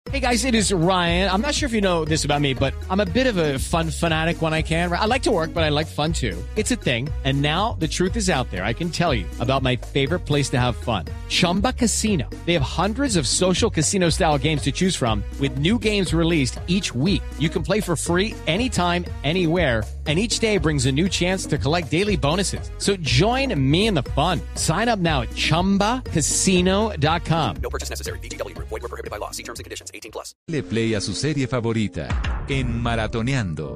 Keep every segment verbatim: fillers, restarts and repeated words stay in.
Hey guys, it is Ryan. I'm not sure if you know this about me, but I'm a bit of a fun fanatic when I can. I like to work, but I like fun too. It's a thing. And now the truth is out there. I can tell you about my favorite place to have fun. Chumba Casino. They have hundreds of social casino style games to choose from with new games released each week. You can play for free anytime, anywhere. And each day brings a new chance to collect daily bonuses. So join me in the fun. Sign up now at chumba casino dot com. No purchase necessary. V G W. Void where prohibited by law. See terms and conditions. eighteen plus. Le play a su serie favorita en Maratoneando.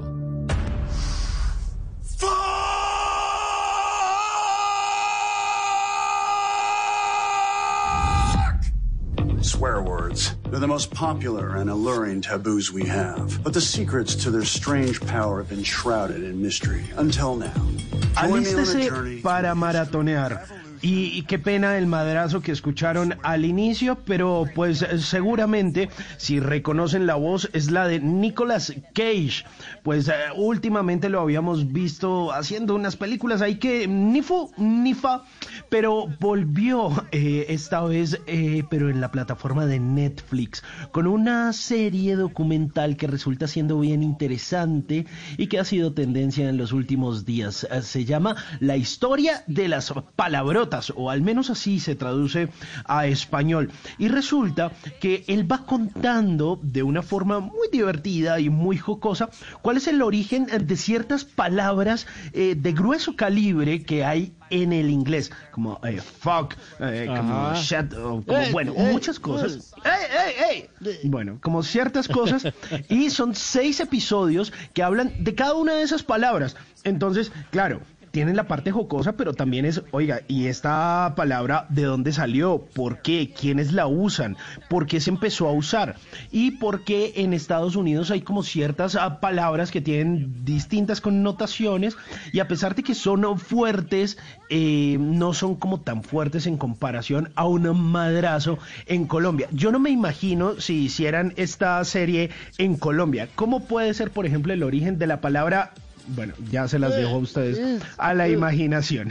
Swear words. They're the most popular and alluring taboos we have. But the secrets to their strange power have been shrouded in mystery until now. Alístese para maratonear. Y, y qué pena el madrazo que escucharon al inicio, pero pues seguramente si reconocen la voz es la de Nicolas Cage. Pues eh, últimamente lo habíamos visto haciendo unas películas ahí que ni fu ni fa, pero volvió eh, esta vez, eh, pero en la plataforma de Netflix, con una serie documental que resulta siendo bien interesante y que ha sido tendencia en los últimos días. Eh, se llama La historia de las palabrotas, o al menos así se traduce a español, y resulta que él va contando de una forma muy divertida y muy jocosa cuál es el origen de ciertas palabras eh, de grueso calibre que hay en el inglés, como eh, fuck, eh, como shut, o como, Ey, bueno, ey, muchas cosas. ey. ¡Ey, ey, ey! Bueno, como ciertas cosas, y son seis episodios que hablan de cada una de esas palabras. Entonces, claro, tienen la parte jocosa, pero también es, oiga, ¿y esta palabra de dónde salió? ¿Por qué? ¿Quiénes la usan? ¿Por qué se empezó a usar? ¿Y por qué en Estados Unidos hay como ciertas ah, palabras que tienen distintas connotaciones y a pesar de que son fuertes, eh, no son como tan fuertes en comparación a un madrazo en Colombia? Yo no me imagino si hicieran esta serie en Colombia. ¿Cómo puede ser, por ejemplo, el origen de la palabra? Bueno, ya se las dejo a ustedes a la imaginación.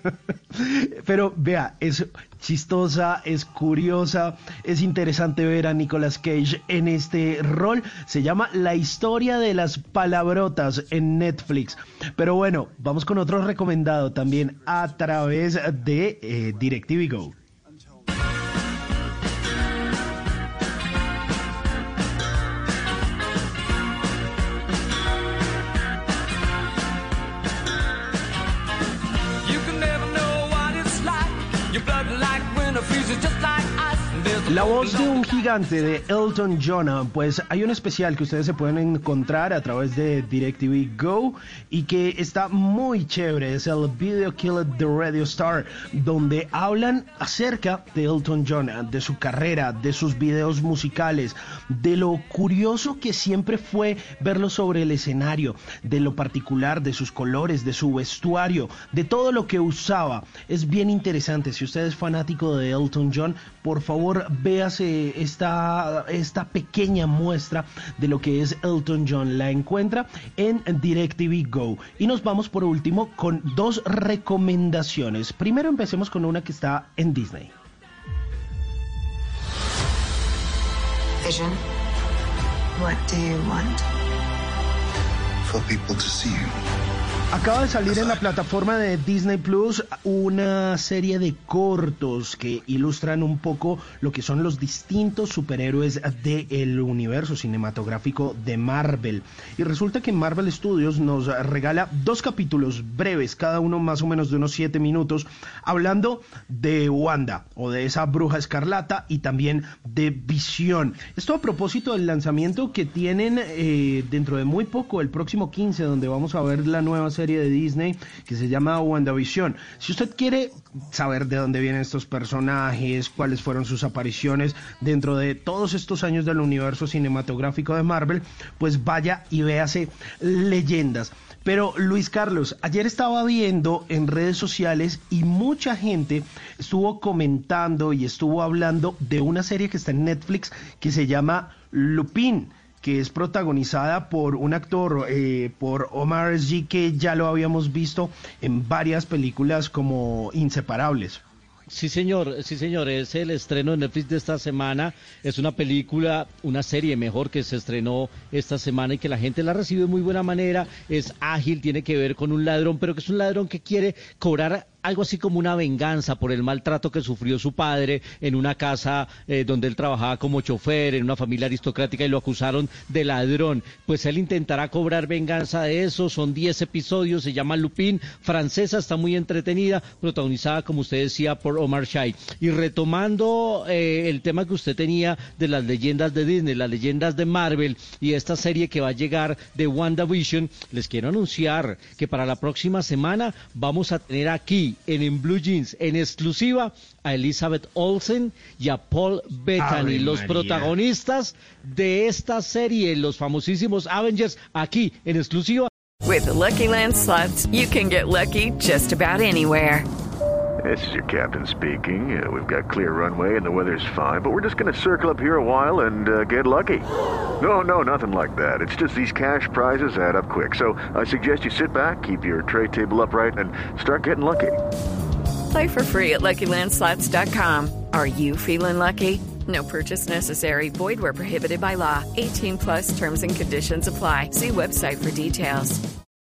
Pero vea, es chistosa, es curiosa, es interesante ver a Nicolas Cage en este rol. Se llama La historia de las palabrotas en Netflix. Pero bueno, vamos con otro recomendado también a través de eh, DirecTV Go. La voz de un gigante de Elton John, pues hay un especial que ustedes se pueden encontrar a través de DirecTV Go y que está muy chévere, es el Video Killed the Radio Star, donde hablan acerca de Elton John, de su carrera, de sus videos musicales, de lo curioso que siempre fue verlo sobre el escenario, de lo particular de sus colores, de su vestuario, de todo lo que usaba. Es bien interesante. Si usted es fanático de Elton John, por favor véase esta, esta pequeña muestra de lo que es Elton John. La encuentra en DirecTV Go. Y nos vamos por último con dos recomendaciones. Primero empecemos con una que está en Disney. Vision, what do you want? For people to see you. Acaba de salir en la plataforma de Disney Plus una serie de cortos que ilustran un poco lo que son los distintos superhéroes del universo cinematográfico de Marvel. Y resulta que Marvel Studios nos regala dos capítulos breves, cada uno más o menos de unos siete minutos, hablando de Wanda o de esa bruja escarlata y también de Visión. Esto a propósito del lanzamiento que tienen eh, dentro de muy poco, el próximo quince, donde vamos a ver la nueva serie de Disney que se llama WandaVision. Si usted quiere saber de dónde vienen estos personajes, cuáles fueron sus apariciones dentro de todos estos años del universo cinematográfico de Marvel, pues vaya y véase Leyendas. Pero Luis Carlos, ayer estaba viendo en redes sociales y mucha gente estuvo comentando y estuvo hablando de una serie que está en Netflix que se llama Lupin, que es protagonizada por un actor, eh, por Omar Sy, que ya lo habíamos visto en varias películas como Inseparables. Sí, señor, sí, señor, es el estreno de Netflix de esta semana. Es una película, una serie mejor que se estrenó esta semana y que la gente la recibe de muy buena manera. Es ágil, tiene que ver con un ladrón, pero que es un ladrón que quiere cobrar algo así como una venganza por el maltrato que sufrió su padre en una casa eh, donde él trabajaba como chofer, en una familia aristocrática, y lo acusaron de ladrón. Pues él intentará cobrar venganza de eso. Son diez episodios, se llama Lupin, francesa, está muy entretenida, protagonizada, como usted decía, por Omar Sy. Y retomando eh, el tema que usted tenía de las leyendas de Disney, las leyendas de Marvel y esta serie que va a llegar de WandaVision, les quiero anunciar que para la próxima semana vamos a tener aquí en, en Blue Jeans, en exclusiva, a Elizabeth Olsen y a Paul Bettany, Ave los María. protagonistas de esta serie, los famosísimos Avengers, aquí en exclusiva. With the Lucky Land Slots, you can get lucky just about anywhere. This is your captain speaking. Uh, we've got clear runway and the weather's fine, but we're just going to circle up here a while and uh, get lucky. No, no, nothing like that. It's just these cash prizes add up quick. So I suggest you sit back, keep your tray table upright, and start getting lucky. Play for free at Lucky Land Slots dot com. Are you feeling lucky? No purchase necessary. Void where prohibited by law. eighteen plus terms and conditions apply. See website for details.